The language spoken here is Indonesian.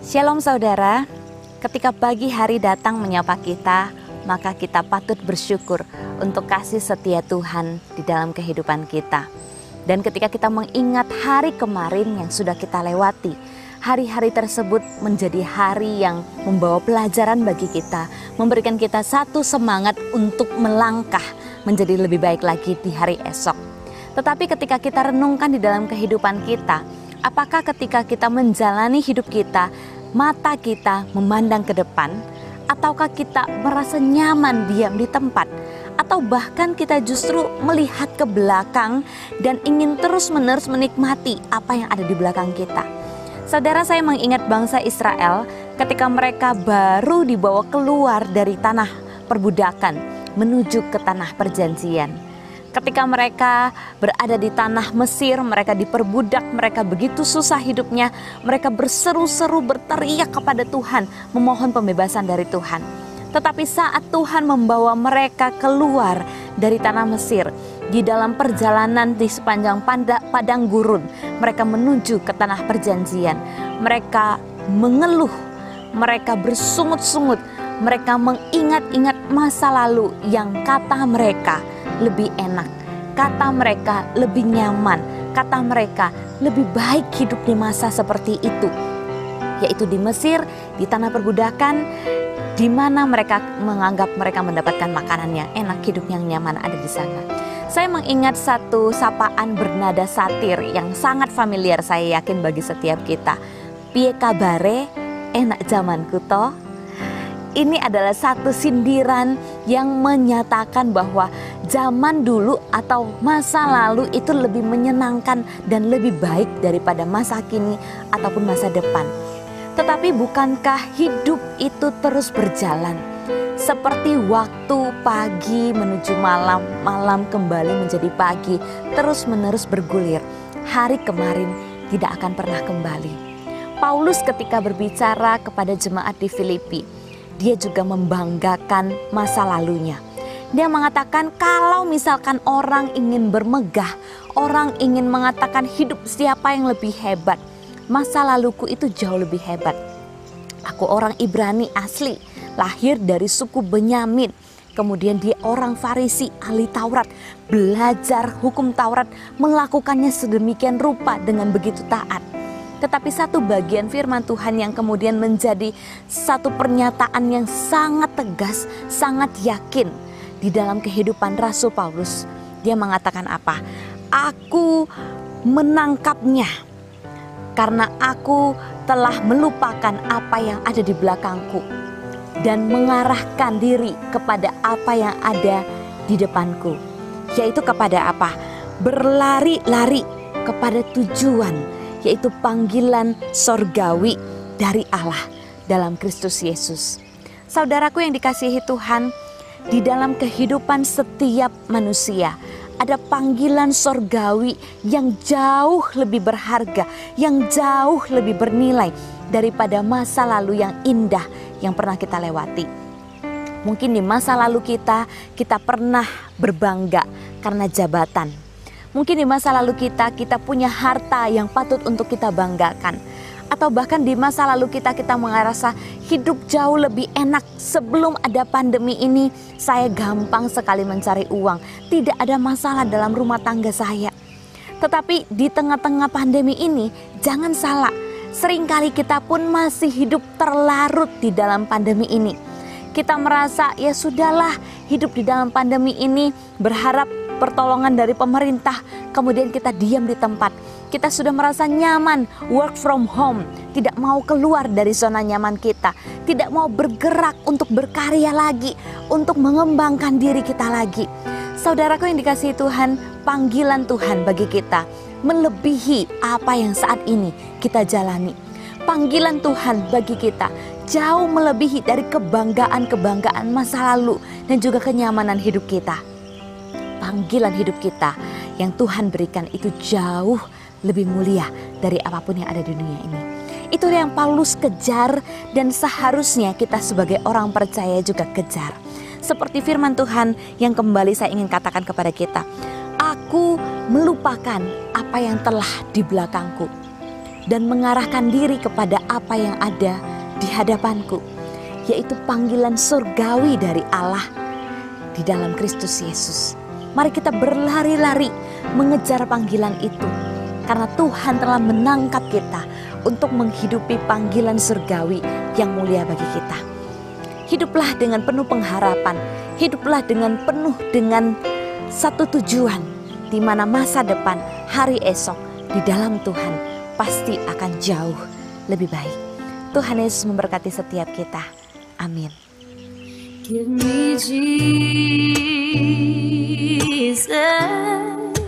Shalom saudara, ketika pagi hari datang menyapa kita, maka kita patut bersyukur untuk kasih setia Tuhan di dalam kehidupan kita. Dan ketika kita mengingat hari kemarin yang sudah kita lewati, hari-hari tersebut menjadi hari yang membawa pelajaran bagi kita, memberikan kita satu semangat untuk melangkah menjadi lebih baik lagi di hari esok. Tetapi ketika kita renungkan di dalam kehidupan kita, apakah ketika kita menjalani hidup kita, mata kita memandang ke depan, ataukah kita merasa nyaman diam di tempat, atau bahkan kita justru melihat ke belakang dan ingin terus-menerus menikmati apa yang ada di belakang kita? Saudara, saya mengingat bangsa Israel ketika mereka baru dibawa keluar dari tanah perbudakan menuju ke tanah perjanjian. Ketika mereka berada di tanah Mesir, mereka diperbudak, mereka begitu susah hidupnya, mereka berseru-seru, berteriak kepada Tuhan, memohon pembebasan dari Tuhan. Tetapi saat Tuhan membawa mereka keluar dari tanah Mesir, di dalam perjalanan di sepanjang padang gurun, mereka menuju ke tanah perjanjian. Mereka mengeluh, mereka bersungut-sungut, mereka mengingat-ingat masa lalu yang kata mereka lebih enak, kata mereka lebih nyaman, kata mereka lebih baik hidup di masa seperti itu, yaitu di Mesir, di tanah perbudakan, di mana mereka menganggap mereka mendapatkan makanan yang enak, hidup yang nyaman ada di sana. Saya mengingat satu sapaan bernada satir yang sangat familiar, saya yakin bagi setiap kita. Piye kabare, enak zamanku toh. Ini adalah satu sindiran yang menyatakan bahwa zaman dulu atau masa lalu itu lebih menyenangkan dan lebih baik daripada masa kini ataupun masa depan. Tetapi bukankah hidup itu terus berjalan? Seperti waktu pagi menuju malam, malam kembali menjadi pagi, terus menerus bergulir. Hari kemarin tidak akan pernah kembali. Paulus ketika berbicara kepada jemaat di Filipi, dia juga membanggakan masa lalunya. Dia mengatakan kalau misalkan orang ingin bermegah, orang ingin mengatakan hidup siapa yang lebih hebat, masa laluku itu jauh lebih hebat. Aku orang Ibrani asli, lahir dari suku Benyamin. Kemudian dia orang Farisi, ahli Taurat, belajar hukum Taurat, melakukannya sedemikian rupa dengan begitu taat. Tetapi satu bagian firman Tuhan yang kemudian menjadi satu pernyataan yang sangat tegas, sangat yakin di dalam kehidupan Rasul Paulus. Dia mengatakan apa? Aku menangkapnya karena aku telah melupakan apa yang ada di belakangku dan mengarahkan diri kepada apa yang ada di depanku. Yaitu kepada apa? Berlari-lari kepada tujuan, yaitu panggilan sorgawi dari Allah dalam Kristus Yesus. Saudaraku yang dikasihi Tuhan, di dalam kehidupan setiap manusia ada panggilan sorgawi yang jauh lebih berharga, yang jauh lebih bernilai daripada masa lalu yang indah yang pernah kita lewati. Mungkin di masa lalu kita pernah berbangga karena jabatan. Mungkin di masa lalu kita punya harta yang patut untuk kita banggakan. Atau bahkan di masa lalu kita merasa hidup jauh lebih enak. Sebelum ada pandemi ini, saya gampang sekali mencari uang. Tidak ada masalah dalam rumah tangga saya. Tetapi di tengah-tengah pandemi ini, jangan salah. Seringkali kita pun masih hidup terlarut di dalam pandemi ini. Kita merasa ya sudahlah, hidup di dalam pandemi ini, berharap pertolongan dari pemerintah, kemudian kita diam di tempat. Kita sudah merasa nyaman, work from home, tidak mau keluar dari zona nyaman kita, tidak mau bergerak untuk berkarya lagi, untuk mengembangkan diri kita lagi. Saudaraku yang dikasihi Tuhan, panggilan Tuhan bagi kita melebihi apa yang saat ini kita jalani. Panggilan Tuhan bagi kita jauh melebihi dari kebanggaan-kebanggaan masa lalu dan juga kenyamanan hidup kita. Panggilan hidup kita yang Tuhan berikan itu jauh lebih mulia dari apapun yang ada di dunia ini. Itu yang Paulus kejar dan seharusnya kita sebagai orang percaya juga kejar. Seperti firman Tuhan yang kembali saya ingin katakan kepada kita. Aku melupakan apa yang telah di belakangku dan mengarahkan diri kepada apa yang ada di hadapanku, yaitu panggilan surgawi dari Allah di dalam Kristus Yesus. Mari kita berlari-lari mengejar panggilan itu, karena Tuhan telah menangkap kita untuk menghidupi panggilan surgawi yang mulia bagi kita. Hiduplah dengan penuh pengharapan, hiduplah dengan penuh dengan satu tujuan, di mana masa depan, hari esok di dalam Tuhan pasti akan jauh lebih baik. Tuhan Yesus memberkati setiap kita. Amin. Give me Jesus.